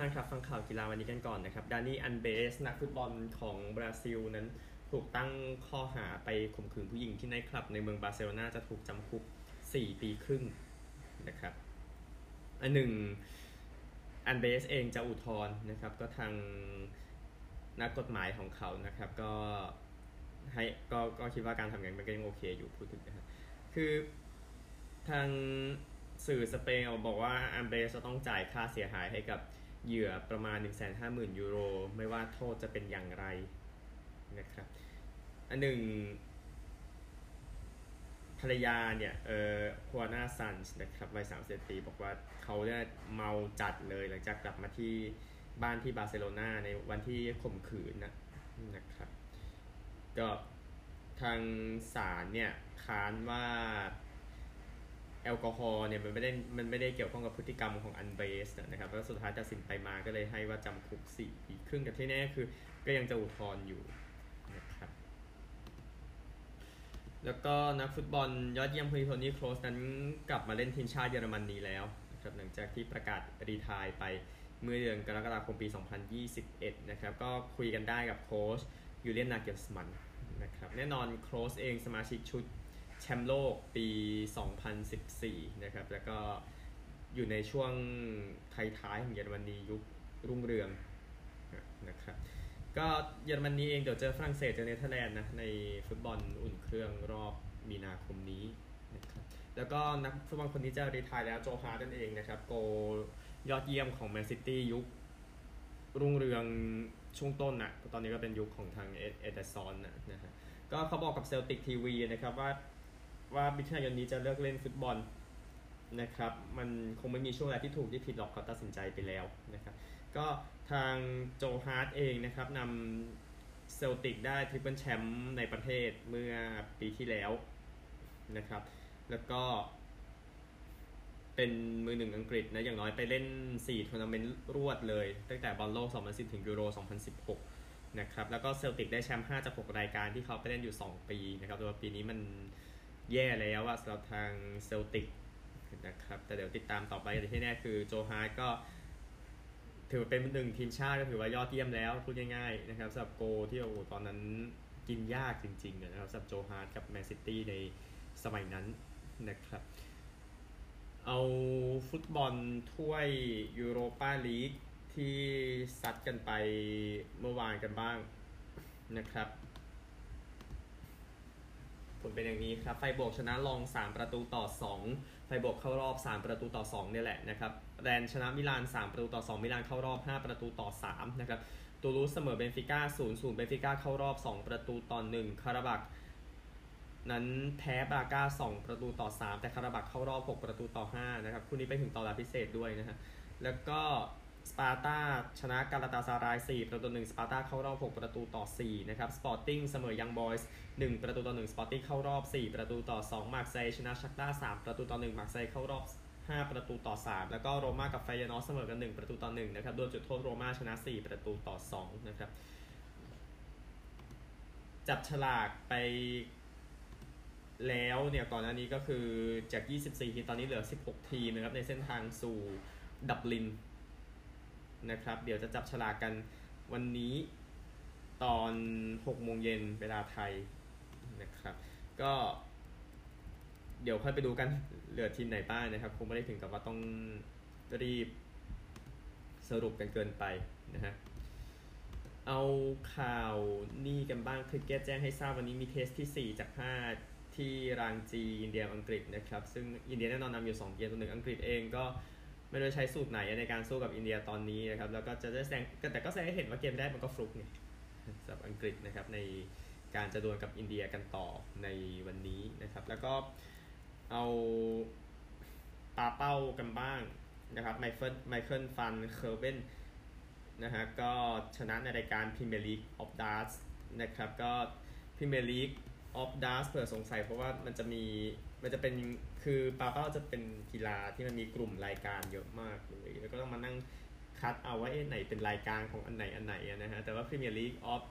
านครับฟังข่าวกีฬาวันนี้กันก่อนนะครับดานี่อันเบสนักฟุตบอลของบราซิลนั้นถูกตั้งข้อหาไปข่มขืนผู้หญิงที่ไนท์คลับในเมืองบาร์เซโลนาจะถูกจำคุก4 ปีครึ่งนะครับอันหนึ่งอันเบสเองจะอุทธรณ์นะครับก็ทางนักกฎหมายของเขานะครับก็คิดว่าการทำอย่างนี้มันก็ยังโอเคอยู่พูดถึงนะครับคือทางสื่อสเปนบอกว่าอันเบสจะต้องจ่ายค่าเสียหายให้กับเหยื่อประมาณ 150,000 ยูโรไม่ว่าโทษจะเป็นอย่างไรนะครับอันหนึ่งภรรยาเนี่ยฮัวนาซันส์นะครับวัย31 ปีบอกว่าเขาเนี่ยเมาจัดเลยหลังจากกลับมาที่บ้านที่บาร์เซโลนาในวันที่ข่มขืนนะครับก็ทางศาลเนี่ยค้านว่าแอลกอฮอล์เนี่ยมันไม่ได้เกี่ยวข้องกับพฤติกรรมของอันเบสนะครับแล้วสุดท้ายตัดสินไปมาก็เลยให้ว่าจำคุก4 ปีครึ่งแต่ที่แน่คือก็ยังจะอุทธรณ์อยู่นะครับแล้วก็นักฟุตบอลยอดเยี่ยมโทนี่โครสนั้นกลับมาเล่นทีมชาติเยอรมนีแล้วนะครับหลังจากที่ประกาศรีไทร์ไปเมื่อเดือนกรกฎาคมปี 2021 นะครับก็คุยกันได้กับโค้ชยูเลียน นาเกลสมันนะครับแน่นอนโครสเองสมาชิกชุดแชมป์โลกปี 2014 นะครับแล้วก็อยู่ในช่วงท้ายๆของเยอรมนียุครุ่งเรืองนะครับก็เยอรมนีเองเดี๋ยวเจอฝรั่งเศสเจอเนเธอร์แลนด์นะในฟุตบอลอุ่นเครื่องรอบมีนาคมนี้นะครับแล้วก็นักฟุตบอลคนที่จะรีไทร์แล้วโจฮาร์ดนั่นเองนะครับโกยอดเยี่ยมของแมนซิตี้ยุครุ่งเรืองช่วงต้นนะตอนนี้ก็เป็นยุคของทางเอเดอร์ซอนนะฮะก็เขาบอกกับเซลติกทีวีนะครับว่ามิถุนายนนี้จะเลิกเล่นฟุตบอลนะครับมันคงไม่มีช่วงเวลาที่ถูกที่ผิดหรอกเขาตัดสินใจไปแล้วนะครับก็ทางโจฮาร์ดเองนะครับนำเซลติกได้ทริปเปิลแชมป์ในประเทศเมื่อปีที่แล้วนะครับแล้วก็เป็นมือหนึ่งอังกฤษนะอย่างน้อยไปเล่น4 ทัวร์นาเมนต์รวดเลยตั้งแต่บอลโลก 2010 ถึงยูโร 2016 นะครับแล้วก็เซลติกได้แชมป์5 จาก 6 รายการที่เขาไปเล่นอยู่2 ปีนะครับแต่ว่าปีนี้มันแย่แล้วสำหรับทางเซลติกนะครับแต่เดี๋ยวติดตามต่อไปแต่ที่แน่คือโจฮาร์ดก็ถือเป็นหนึ่งทีมชาติก็ถือว่ายอดเยี่ยมแล้วพูดง่ายๆนะครับสำหรับโกที่ตอนนั้นกินยากจริงๆนะครับสำหรับโจฮาร์ดกับแมนซิตี้ในสมัยนั้นนะครับเอาฟุตบอลถ้วยยูโรปาลีกที่ซัดกันไปเมื่อวานกันบ้างนะครับผลเป็นอย่างนี้ครับไฟบวกชนะลอง3-2ไฟบวกเข้ารอบ3-2เนี่ยแหละนะครับแรนชนะมิลาน3-2มิลานเข้ารอบ5-3นะครับตูลูสเสมอเบนฟิก้า0-0เบนฟิก้าเข้ารอบ2-1คาราบักนั้นแพ้บราก้า2-3แต่คาราบักเข้ารอบ6-5นะครับคู่นี้ไปถึงต่อเวลาพิเศษด้วยนะฮะแล้วก็สปาร์ตาชนะกาลาตาซาราย4-1สปาร์ตาเข้ารอบ6-4นะครับสปอร์ติ้งเสมอยังบอยส์1-1สปอร์ติ้งเข้ารอบ4-2มาร์เซย์ชนะชักต้า3-1มาร์เซย์เข้ารอบ5-3แล้วก็โรม่ากับไฟยานอสเสมอกัน1-1นะครับโดนจุดโทษโรม่าชนะ4-2นะครับจับฉลากไปแล้วเนี่ยก่อนหน้านี้ก็คือจาก24 ทีมตอนนี้เหลือ16 ทีมนะครับในเส้นทางสู่ดับลินนะครับเดี๋ยวจะจับฉลากกันวันนี้ตอน 6 โมงเย็นเวลาไทยนะครับก็เดี๋ยวค่อยไปดูกันเหลือทีมไหนบ้างนะครับคงไม่ได้ถึงกับว่าต้องรีบสรุปกันเกินไปนะฮะเอาข่าวนี่กันบ้างคริกเก็ตแจ้งให้ทราบวันนี้มีเทสที่4 จาก 5ที่รางจีอินเดียอังกฤษนะครับซึ่งอินเดียแน่นอนนำอยู่2 เกมต่อ 1อังกฤษเองก็ไม่ได้ใช้สูตรไหนในการสู้กับอินเดียตอนนี้นะครับแล้วก็จะได้แต่ก็แสดงให้เห็นว่าเกมแรกมันก็ฟลุกเนี่ยสำหรับอังกฤษนะครับในการจะดวลกับอินเดียกันต่อในวันนี้นะครับแล้วก็เอาปาเป้ากันบ้างนะครับไมเคิลฟันเคอร์เบนนะฮะก็ชนะในรายการพรีเมียร์ลีกออฟดาร์สนะครับก็พรีเมียร์ลีกออฟดาร์สเผื่อสงสัยเพราะว่ามันจะเป็นคือปาเป้าจะเป็นกีฬาที่มันมีกลุ่มรายการเยอะมากเลยแล้วก็ต้องมานั่งคัดเอาว่าไหนเป็นรายการของอันไหนนะฮะแต่ว่าพรีเมียร์ลีกออฟ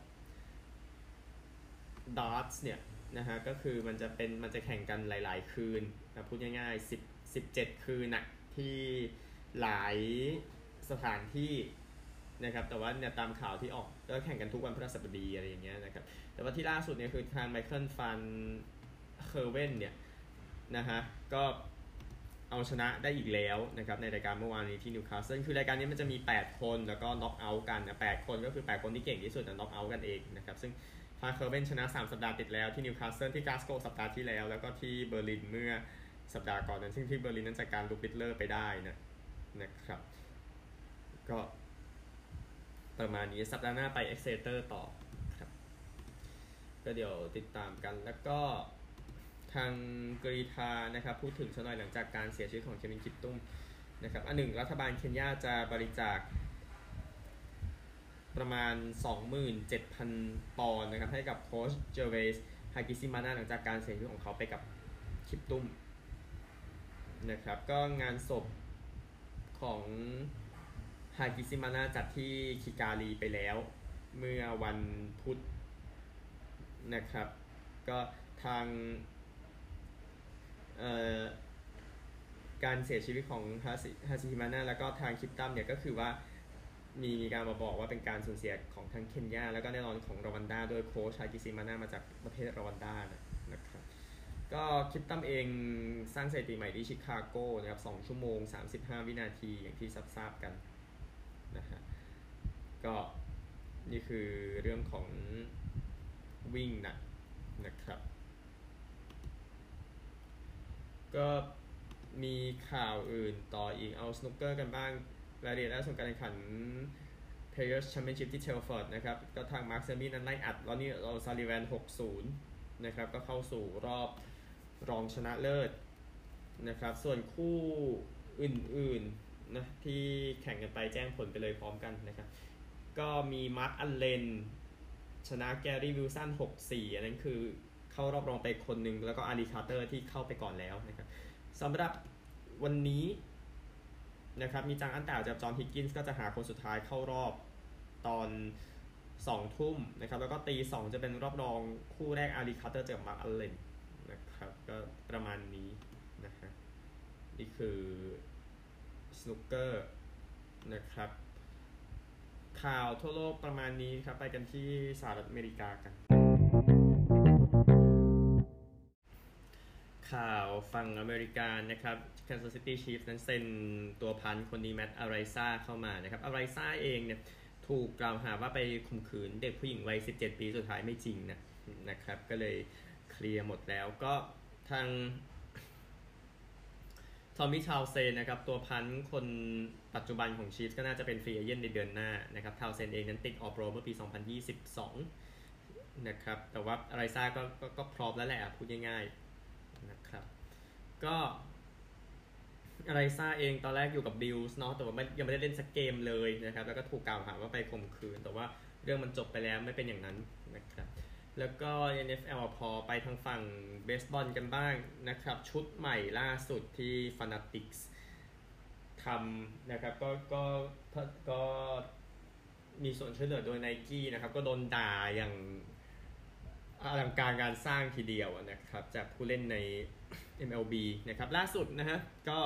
ดาร์สเนี่ยนะฮะก็คือมันจะแข่งกันหลายๆคืนนะพูดง่ายๆ17 คืนนะที่หลายสถานที่นะครับแต่ว่าเนี่ยตามข่าวที่ออกก็แข่งกันทุกวันพฤหัสบดีอะไรอย่างเงี้ยนะครับแต่ว่าที่ล่าสุดเนี่ยคือทางไมเคิลฟันเคอร์เวนเนี่ยนะฮะก็เอาชนะได้อีกแล้วนะครับในรายการเมื่อวานนี้ที่นิวคาสเซิลคือรายการนี้มันจะมี8คนแล้วก็น็อกเอาท์กันนะ8คนก็คือ8คนที่เก่งที่สุดน็อกเอาท์กันเองนะครับซึ่งฟานเคอร์เวนชนะ3สัปดาห์ติดแล้วที่นิวคาสเซิลที่กลาสโกว์สัปดาห์ที่แล้วแล้วก็ที่เบอร์ลินเมื่อสัปดาห์ก่อนนั้นซึ่งที่เบอร์ลินนั้นจากการลูปิตเลอร์ไปได้นะครับก็ประมาณนี้สัปดาห์หน้าไปเอ็กเซเตอร์ต่อครับก็เดี๋ยวติดตามกันแล้วก็ทางกรีธานะครับพูดถึงสักหน่อยหลังจากการเสียชีวิตของเควินคิปตุ้มนะครับอันหนึ่งรัฐบาลเคนยาจะบริจาคประมาณ 27,000 ปอนด์นะครับให้กับโค้ชเจเวสฮากิซิมาน่าหลังจากการเสียชีวิตของเขาไปกับคิปตุ้มนะครับก็งานศพของฮากิซิมาน่าจัดที่คิการีไปแล้วเมื่อวันพุธนะครับก็ทางการเสียชีวิตของฮาซิมาน่าแล้วก็ทางคิปตัมเนี่ยก็คือว่ามีการมาบอกว่าเป็นการสูญเสียของทั้งเคนยาแล้วก็แน่นอนของรวันดาโดยโค้ชฮากิซิมาน่ามาจากประเทศรวันดานะครับก็คิปตัมเองสร้างสถิติใหม่ที่ชิคาโกนะครับ2 ชั่วโมง 35 วินาทีอย่างที่ทราบกันนะฮะก็นี่คือเรื่องของวิ่งนะครับก็มีข่าวอื่นต่ออีกเอาสนุกเกอร์กันบ้างรายละเอียดล่าสุดการแข่งขัน Players Championship ที่เทลฟอร์ดนะครับก็ทางมาร์คเซอร์มี่นั้นไล่อัดแล้วนี่เราซาลิแวน 6-0 นะครับก็เข้าสู่รอบรองชนะเลิศนะครับส่วนคู่อื่นๆนะที่แข่งกันไปแจ้งผลไปเลยพร้อมกันนะครับก็มีมาร์คอัลเลนชนะแกรี่วิลสัน 6-4 อันนั้นคือเข้ารอบรองไปคนหนึ่งแล้วก็อารีคาร์เตอร์ที่เข้าไปก่อนแล้วนะครับสำหรับวันนี้นะครับมีจังอันแต่จากจอห์นฮิกกินส์ก็จะหาคนสุดท้ายเข้ารอบตอน 2 ทุ่มนะครับแล้วก็ตี 2จะเป็นรอบรองคู่แรกอารีคาร์เตอร์เจอกับมาร์คอัลเลนนะครับก็ประมาณนี้นะฮะนี่คือสนุกเกอร์นะครับข่าวทั่วโลกประมาณนี้ครับไปกันที่สหรัฐอเมริกากันข่าวฝั่งอเมริกานะครับ Kansas City Chiefs นั้นเซ็นตัวพันคนนี้แมตต์อาไรซ่าเข้ามานะครับอาไรซ่าเองเนี่ยถูกกล่าวหาว่าไปข่มขืนเด็กผู้หญิงวัย17 ปีสุดท้ายไม่จริงนะครับก็เลยเคลียร์หมดแล้วก็ทางทอมมี่ทาวเซนนะครับตัวพันคนปัจจุบันของชีฟส์ก็น่าจะเป็นฟรีเอเจนต์ในเดือนหน้านะครับทาวเซนเองนั้นติดออฟโรดเมื่อปี 2022 นะครับแต่ว่าอาไรซ่าก็พร้อมแล้วแหละพูดง่ายๆนะครับก็อาไรซ่าเองตอนแรกอยู่กับบิลส์เนาะแต่ว่ายังไม่ได้เล่นสักเกมเลยนะครับแล้วก็ถูกกล่าวหาว่าไปข่มขืนแต่ว่าเรื่องมันจบไปแล้วไม่เป็นอย่างนั้นนะครับแล้วก็ NFL พอไปทางฝั่งเบสบอลกันบ้างนะครับชุดใหม่ล่าสุดที่ Fanatics ทำนะครับก็มีส่วนช่วยเหลือโดย Nike นะครับก็โดนด่าอย่างอลังการการสร้างทีเดียวนะครับจากผู้เล่นใน MLB นะครับล่าสุดนะฮะก็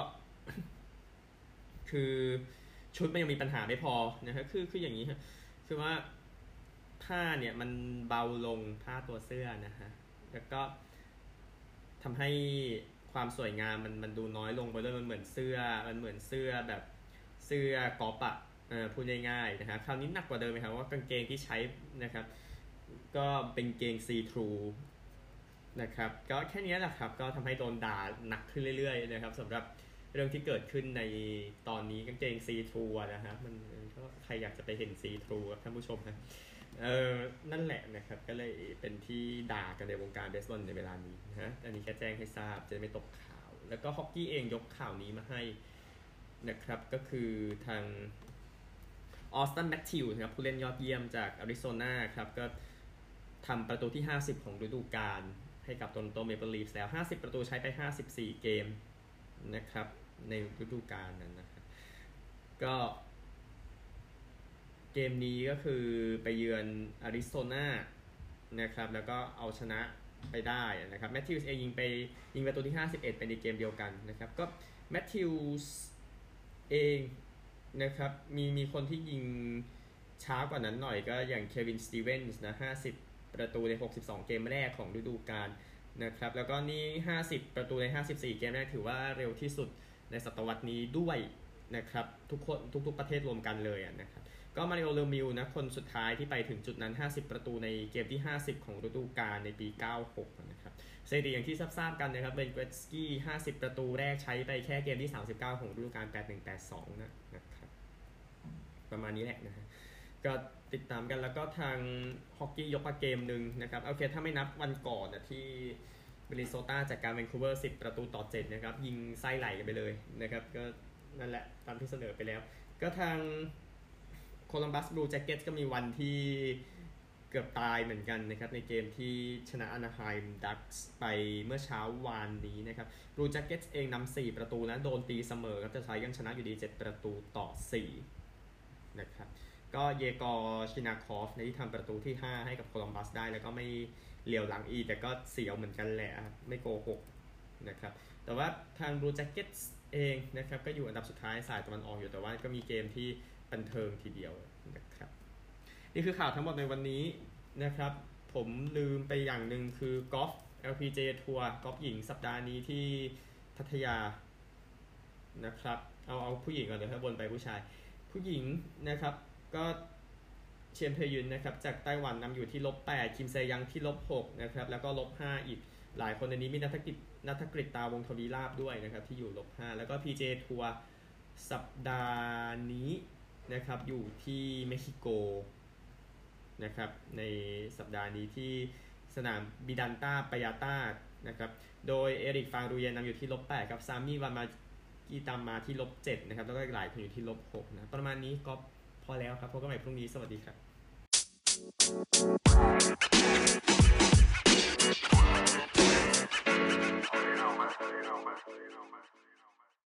คือชุดมันยังมีปัญหาไม่พอนะฮะคืออย่างนี้ฮะคือว่าผ้าเนี่ยมันเบาลงผ้าตัวเสื้อนะฮะแล้วก็ทำให้ความสวยงามมันดูน้อยลงไปเลยมันเหมือนเสื้อแบบเสื้อกอล์ฟอะพูดง่ายๆนะฮะคราวนี้หนักกว่าเดิมไหมครับว่ากางเกงที่ใช้นะครับก็เป็นเกงซีทรูนะครับก็แค่นี้แหละครับก็ทำให้โดนด่าหนักขึ้นเรื่อยๆนะครับสำหรับเรื่องที่เกิดขึ้นในตอนนี้กางเกงซีทรูนะฮะมันก็ใครอยากจะไปเห็นซีทรูครับท่านผู้ชมนะนั่นแหละนะครับก็เลยเป็นที่ด่ากันในวงการเบสบอลในเวลานี้นะฮะอันนี้แค่แจ้งให้ทราบจะไม่ตกข่าวแล้วก็ฮอกกี้เองยกข่าวนี้มาให้นะครับก็คือทางออสตันแมทธิวส์ครับผู้เล่นยอดเยี่ยมจากอาริโซนาครับก็ทำประตูที่50ของฤดูกาลให้กับโตรอนโตเมเปิลลีฟส์แล้ว50ประตูใช้ไป54เกมนะครับในฤดูกาลนั้นนะครับก็เกมนี้ก็คือไปเยือนอาริโซนานะครับแล้วก็เอาชนะไปได้นะครับแมทธิวส์เองยิงประตูที่51เป็นในเกมเดียวกันนะครับก็แมทธิวส์เองนะครับมีคนที่ยิงช้ากว่านั้นหน่อยก็อย่างเควินสตีเวนส์นะ50ประตูใน62เกมแรกของฤดูกาลนะครับแล้วก็นี่50ประตูใน54เกมแรกถือว่าเร็วที่สุดในศตวรรษนี้ด้วยนะครับทุกคนทุกประเทศรวมกันเลยนะครับก็มาริโอ เลอมิลนะคนสุดท้ายที่ไปถึงจุดนั้น50ประตูในเกมที่50ของฤดูกาลในปี96นะครับสถิติอย่างที่ทราบกันนะครับเบน เกรตสกี้50ประตูแรกใช้ไปแค่เกมที่39ของฤดูกาล81-82นะครับประมาณนี้แหละนะฮะก็ติดตามกันแล้วก็ทางฮอกกี้ยกมาเกมหนึ่งนะครับโอเคถ้าไม่นับวันก่อนนะที่มินนิโซตาจากการแวนคูเวอร์10ประตูต่อ7นะครับยิงไส้ไหลกันไปเลยนะครับก็นั่นแหละตามที่เสนอไปแล้วก็ทางโคลัมบัสบลูแจ็คเก็ตก็มีวันที่เกือบตายเหมือนกันนะครับในเกมที่ชนะอนาไฮม์ดักส์ไปเมื่อเช้าวานนี้นะครับบลูแจ็คเก็ตเองนำ4ประตูนะโดนตีเสมอครับแต่ใช้ยังชนะอยู่ดี7ประตูต่อ4นะครับก็เยกอร์ชินาคอฟในที่ทำประตูที่5ให้กับโคลัมบัสได้แล้วก็ไม่เหลียวหลังอีแต่ก็เสียวเหมือนกันแหละไม่โกหกนะครับแต่ว่าทางบลูแจ็คเก็ตเองนะครับก็อยู่อันดับสุดท้ายสายตะวันออกอยู่แต่ว่าก็มีเกมที่บันเทิงทีเดียวนะครับนี่คือข่าวทั้งหมดในวันนี้นะครับผมลืมไปอย่างหนึ่งคือกอล์ฟ LPGA ทัวร์กอล์ฟหญิงสัปดาห์นี้ที่พัทยานะครับเอาผู้หญิงก่อนเดี๋ยวให้บนไปผู้ชายผู้หญิงนะครับก็เชียนเพยุนนะครับจากไต้หวันนำอยู่ที่-8คิมเซยังที่-6นะครับแล้วก็-5อีกหลายคนในนี้มีนัฐกฤษตาวงทวีราบด้วยนะครับที่อยู่-5แล้วก็ PGA ทัวร์สัปดาห์นี้นะครับอยู่ที่เม็กซิโกนะครับในสัปดาห์นี้ที่สนามบิดันตาปายาตานะครับโดยเอริกฟางรูเยนนำอยู่ที่-8ครับซามี่วามากีตามมาที่-7นะครับแล้วก็หลายคนอยู่ที่-6นะประมาณนี้ก็พอแล้วครับพบกันใหม่พรุ่งนี้สวัสดีครับ